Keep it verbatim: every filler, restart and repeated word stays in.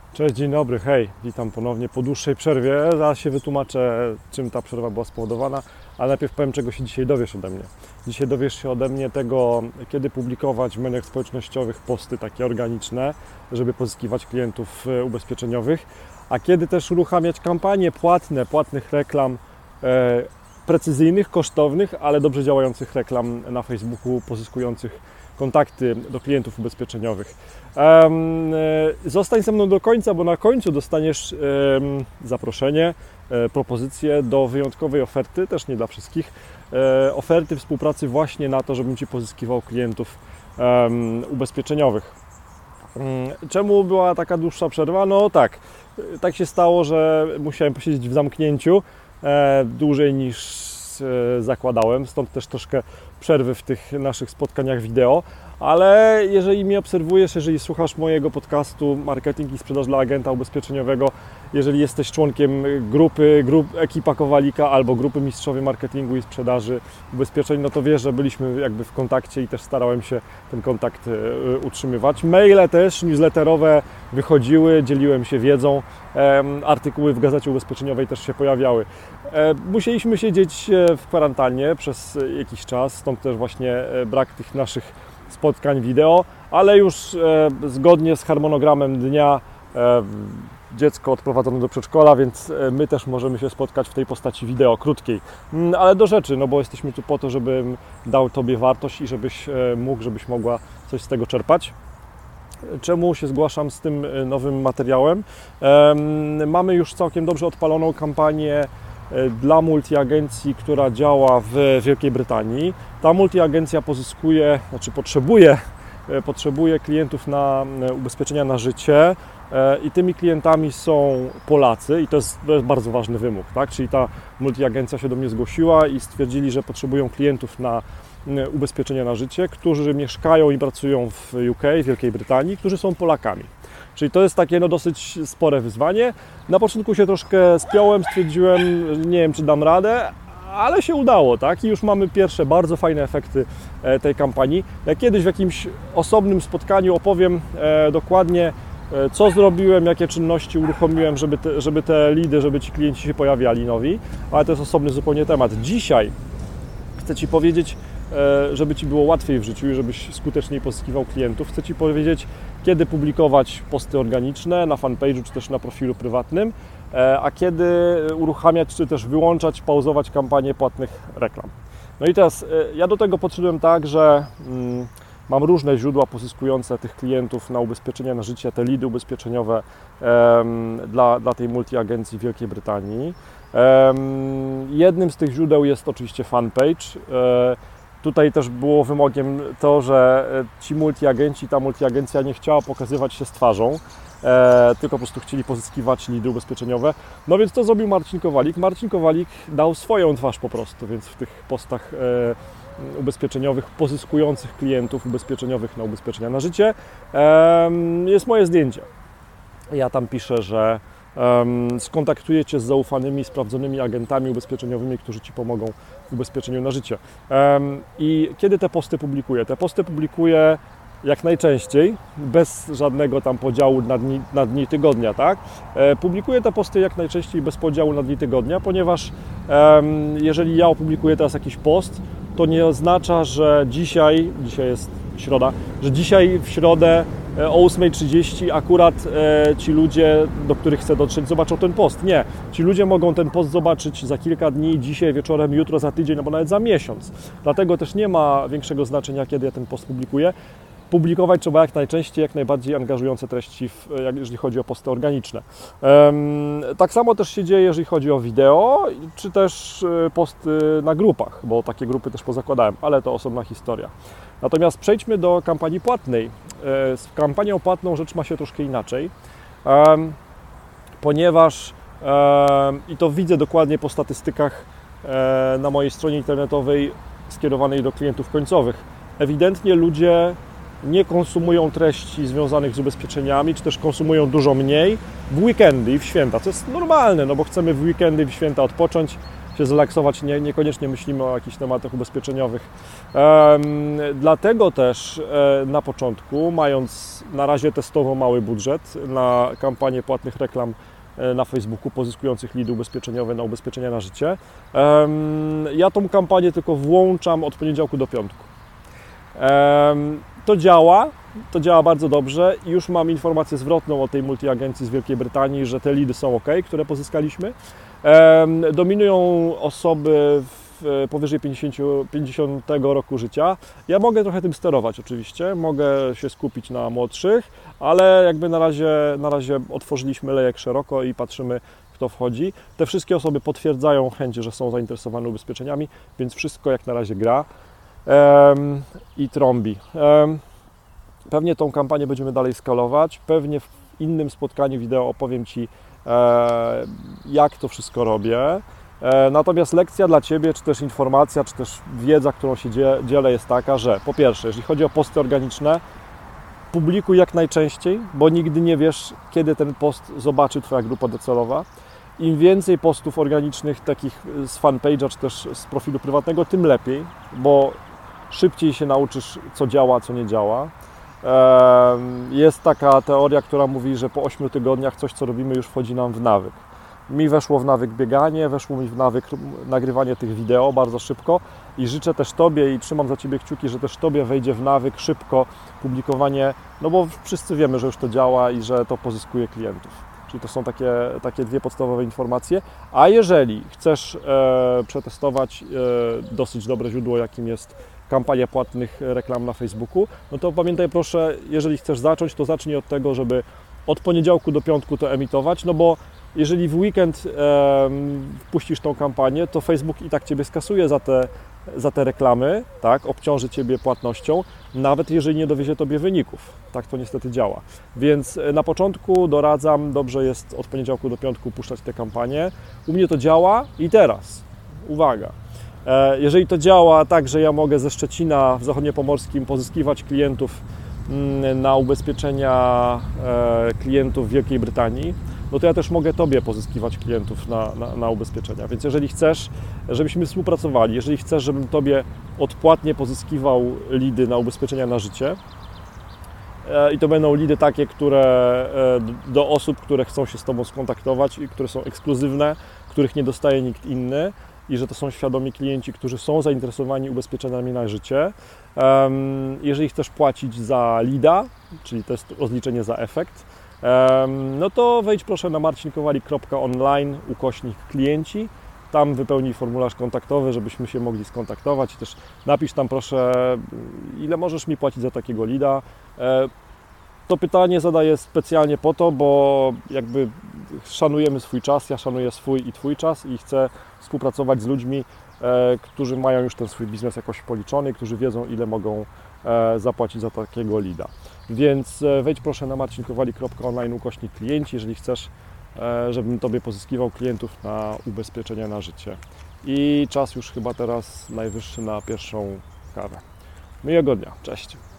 Cześć, dzień dobry, hej, witam ponownie po dłuższej przerwie. Zaraz się wytłumaczę, czym ta przerwa była spowodowana, ale najpierw powiem, czego się dzisiaj dowiesz ode mnie. Dzisiaj dowiesz się ode mnie tego, kiedy publikować w mediach społecznościowych posty takie organiczne, żeby pozyskiwać klientów ubezpieczeniowych, a kiedy też uruchamiać kampanie płatne, płatnych reklam, e, precyzyjnych, kosztownych, ale dobrze działających reklam na Facebooku, pozyskujących kontakty do klientów ubezpieczeniowych. Um, zostań ze mną do końca, bo na końcu dostaniesz um, zaproszenie, e, propozycję do wyjątkowej oferty, też nie dla wszystkich, e, oferty współpracy właśnie na to, żebym Ci pozyskiwał klientów um, ubezpieczeniowych. Um, czemu była taka dłuższa przerwa? No tak, tak się stało, że musiałem posiedzieć w zamknięciu e, dłużej niż e, zakładałem, stąd też troszkę przerwy w tych naszych spotkaniach wideo, ale jeżeli mnie obserwujesz, jeżeli słuchasz mojego podcastu Marketing i Sprzedaż dla Agenta Ubezpieczeniowego, jeżeli jesteś członkiem grupy, grup, Ekipa Kowalika albo grupy Mistrzowie Marketingu i Sprzedaży Ubezpieczeń, no to wiesz, że byliśmy jakby w kontakcie i też starałem się ten kontakt utrzymywać. Maile też newsletterowe wychodziły, dzieliłem się wiedzą, artykuły w Gazecie Ubezpieczeniowej też się pojawiały. Musieliśmy siedzieć w kwarantannie przez jakiś czas, stąd też właśnie brak tych naszych spotkań wideo, ale już e, zgodnie z harmonogramem dnia e, dziecko odprowadzone do przedszkola, więc e, my też możemy się spotkać w tej postaci wideo, krótkiej. Mm, ale do rzeczy, no bo jesteśmy tu po to, żebym dał Tobie wartość i żebyś e, mógł, żebyś mogła coś z tego czerpać. Czemu się zgłaszam z tym nowym materiałem? E, mamy już całkiem dobrze odpaloną kampanię dla multiagencji, która działa w Wielkiej Brytanii. Ta multiagencja pozyskuje, znaczy potrzebuje, potrzebuje klientów na ubezpieczenia na życie i tymi klientami są Polacy i to jest, to jest bardzo ważny wymóg, tak? Czyli ta multiagencja się do mnie zgłosiła i stwierdzili, że potrzebują klientów na ubezpieczenia na życie, którzy mieszkają i pracują w U K, w Wielkiej Brytanii, którzy są Polakami. Czyli to jest takie no, dosyć spore wyzwanie. Na początku się troszkę spiąłem, stwierdziłem, nie wiem, czy dam radę, ale się udało, tak? I już mamy pierwsze bardzo fajne efekty tej kampanii. Ja kiedyś w jakimś osobnym spotkaniu opowiem e, dokładnie, e, co zrobiłem, jakie czynności uruchomiłem, żeby te, żeby te lidy, żeby ci klienci się pojawiali nowi, ale to jest osobny zupełnie temat. Dzisiaj chcę Ci powiedzieć, żeby Ci było łatwiej w życiu i żebyś skuteczniej pozyskiwał klientów. Chcę Ci powiedzieć, kiedy publikować posty organiczne na fanpage'u czy też na profilu prywatnym, a kiedy uruchamiać czy też wyłączać, pauzować kampanię płatnych reklam. No i teraz ja do tego podszedłem tak, że mm, mam różne źródła pozyskujące tych klientów na ubezpieczenia na życie, te lidy ubezpieczeniowe em, dla, dla tej multiagencji w Wielkiej Brytanii. Em, jednym z tych źródeł jest oczywiście fanpage. E, Tutaj też było wymogiem to, że ci multiagenci, ta multiagencja nie chciała pokazywać się z twarzą, e, tylko po prostu chcieli pozyskiwać lidy ubezpieczeniowe. No więc to zrobił Marcin Kowalik. Marcin Kowalik dał swoją twarz po prostu, więc w tych postach e, ubezpieczeniowych, pozyskujących klientów ubezpieczeniowych na ubezpieczenia na życie e, jest moje zdjęcie. Ja tam piszę, że Um, skontaktuję Cię z zaufanymi, sprawdzonymi agentami ubezpieczeniowymi, którzy Ci pomogą w ubezpieczeniu na życie. Um, I kiedy te posty publikuję? Te posty publikuję jak najczęściej, bez żadnego tam podziału na dni, na dni tygodnia, tak? E, publikuję te posty jak najczęściej bez podziału na dni tygodnia, ponieważ um, jeżeli ja opublikuję teraz jakiś post, to nie oznacza, że dzisiaj, dzisiaj jest środa, że dzisiaj w środę o ósma trzydzieści akurat e, ci ludzie, do których chcę dotrzeć, zobaczą ten post. Nie. Ci ludzie mogą ten post zobaczyć za kilka dni, dzisiaj wieczorem, jutro, za tydzień, albo nawet za miesiąc. Dlatego też nie ma większego znaczenia, kiedy ja ten post publikuję. Publikować trzeba jak najczęściej, jak najbardziej angażujące treści, w, jak, jeżeli chodzi o posty organiczne. Um, tak samo też się dzieje, jeżeli chodzi o wideo, czy też posty na grupach, bo takie grupy też pozakładałem, ale to osobna historia. Natomiast przejdźmy do kampanii płatnej. Z kampanią płatną rzecz ma się troszkę inaczej, um, ponieważ, um, i to widzę dokładnie po statystykach um, na mojej stronie internetowej skierowanej do klientów końcowych, ewidentnie ludzie nie konsumują treści związanych z ubezpieczeniami, czy też konsumują dużo mniej w weekendy i w święta, co jest normalne, no bo chcemy w weekendy i w święta odpocząć, się zrelaksować, nie, niekoniecznie myślimy o jakichś tematach ubezpieczeniowych. Um, dlatego też e, na początku, mając na razie testowo mały budżet na kampanię płatnych reklam e, na Facebooku pozyskujących lidy ubezpieczeniowe na ubezpieczenia na życie, um, ja tą kampanię tylko włączam od poniedziałku do piątku. Um, to działa, to działa bardzo dobrze i już mam informację zwrotną od tej multiagencji z Wielkiej Brytanii, że te lidy są ok, które pozyskaliśmy. Um, dominują osoby w, powyżej pięćdziesiątego roku życia. Ja mogę trochę tym sterować oczywiście, mogę się skupić na młodszych, ale jakby na razie, na razie otworzyliśmy lejek szeroko i patrzymy, kto wchodzi. Te wszystkie osoby potwierdzają chęć, że są zainteresowane ubezpieczeniami, więc wszystko jak na razie gra um, i trąbi. Um, pewnie tą kampanię będziemy dalej skalować, pewnie w innym spotkaniu wideo opowiem Ci, jak to wszystko robię. Natomiast lekcja dla Ciebie, czy też informacja, czy też wiedza, którą się dzielę, jest taka, że po pierwsze, jeżeli chodzi o posty organiczne, publikuj jak najczęściej, bo nigdy nie wiesz, kiedy ten post zobaczy Twoja grupa docelowa. Im więcej postów organicznych, takich z fanpage'a, czy też z profilu prywatnego, tym lepiej, bo szybciej się nauczysz, co działa, co nie działa. Jest taka teoria, która mówi, że po ośmiu tygodniach coś, co robimy, już wchodzi nam w nawyk. Mi weszło w nawyk bieganie, weszło mi w nawyk nagrywanie tych wideo bardzo szybko i życzę też Tobie i trzymam za Ciebie kciuki, że też Tobie wejdzie w nawyk szybko publikowanie, no bo wszyscy wiemy, że już to działa i że to pozyskuje klientów. Czyli to są takie, takie dwie podstawowe informacje. A jeżeli chcesz e, przetestować e, dosyć dobre źródło, jakim jest kampania płatnych reklam na Facebooku, no to pamiętaj proszę, jeżeli chcesz zacząć, to zacznij od tego, żeby od poniedziałku do piątku to emitować, no bo jeżeli w weekend e, wpuścisz tą kampanię, to Facebook i tak Ciebie skasuje za te, za te reklamy, tak, obciąży Ciebie płatnością, nawet jeżeli nie dowiezie Tobie wyników. Tak to niestety działa. Więc na początku doradzam, dobrze jest od poniedziałku do piątku puszczać te kampanie. U mnie to działa i teraz, uwaga, jeżeli to działa tak, że ja mogę ze Szczecina w zachodniopomorskim pozyskiwać klientów na ubezpieczenia klientów w Wielkiej Brytanii, no to ja też mogę Tobie pozyskiwać klientów na, na, na ubezpieczenia. Więc jeżeli chcesz, żebyśmy współpracowali, jeżeli chcesz, żebym Tobie odpłatnie pozyskiwał lidy na ubezpieczenia na życie, i to będą lidy takie, które do osób, które chcą się z Tobą skontaktować i które są ekskluzywne, których nie dostaje nikt inny, i że to są świadomi klienci, którzy są zainteresowani ubezpieczeniami na życie. Jeżeli chcesz płacić za lida, czyli to jest rozliczenie za efekt, no to wejdź proszę na marcinkowalik kropka online ukośnik klienci. Tam wypełnij formularz kontaktowy, żebyśmy się mogli skontaktować i też napisz tam proszę, ile możesz mi płacić za takiego lida. To pytanie zadaję specjalnie po to, bo jakby szanujemy swój czas, ja szanuję swój i Twój czas i chcę współpracować z ludźmi, e, którzy mają już ten swój biznes jakoś policzony, którzy wiedzą, ile mogą e, zapłacić za takiego lida. Więc e, wejdź proszę na marcinkowalik kropka online ukośnik klienci, jeżeli chcesz, e, żebym Tobie pozyskiwał klientów na ubezpieczenia na życie. I czas już chyba teraz najwyższy na pierwszą kawę. Miłego dnia, cześć!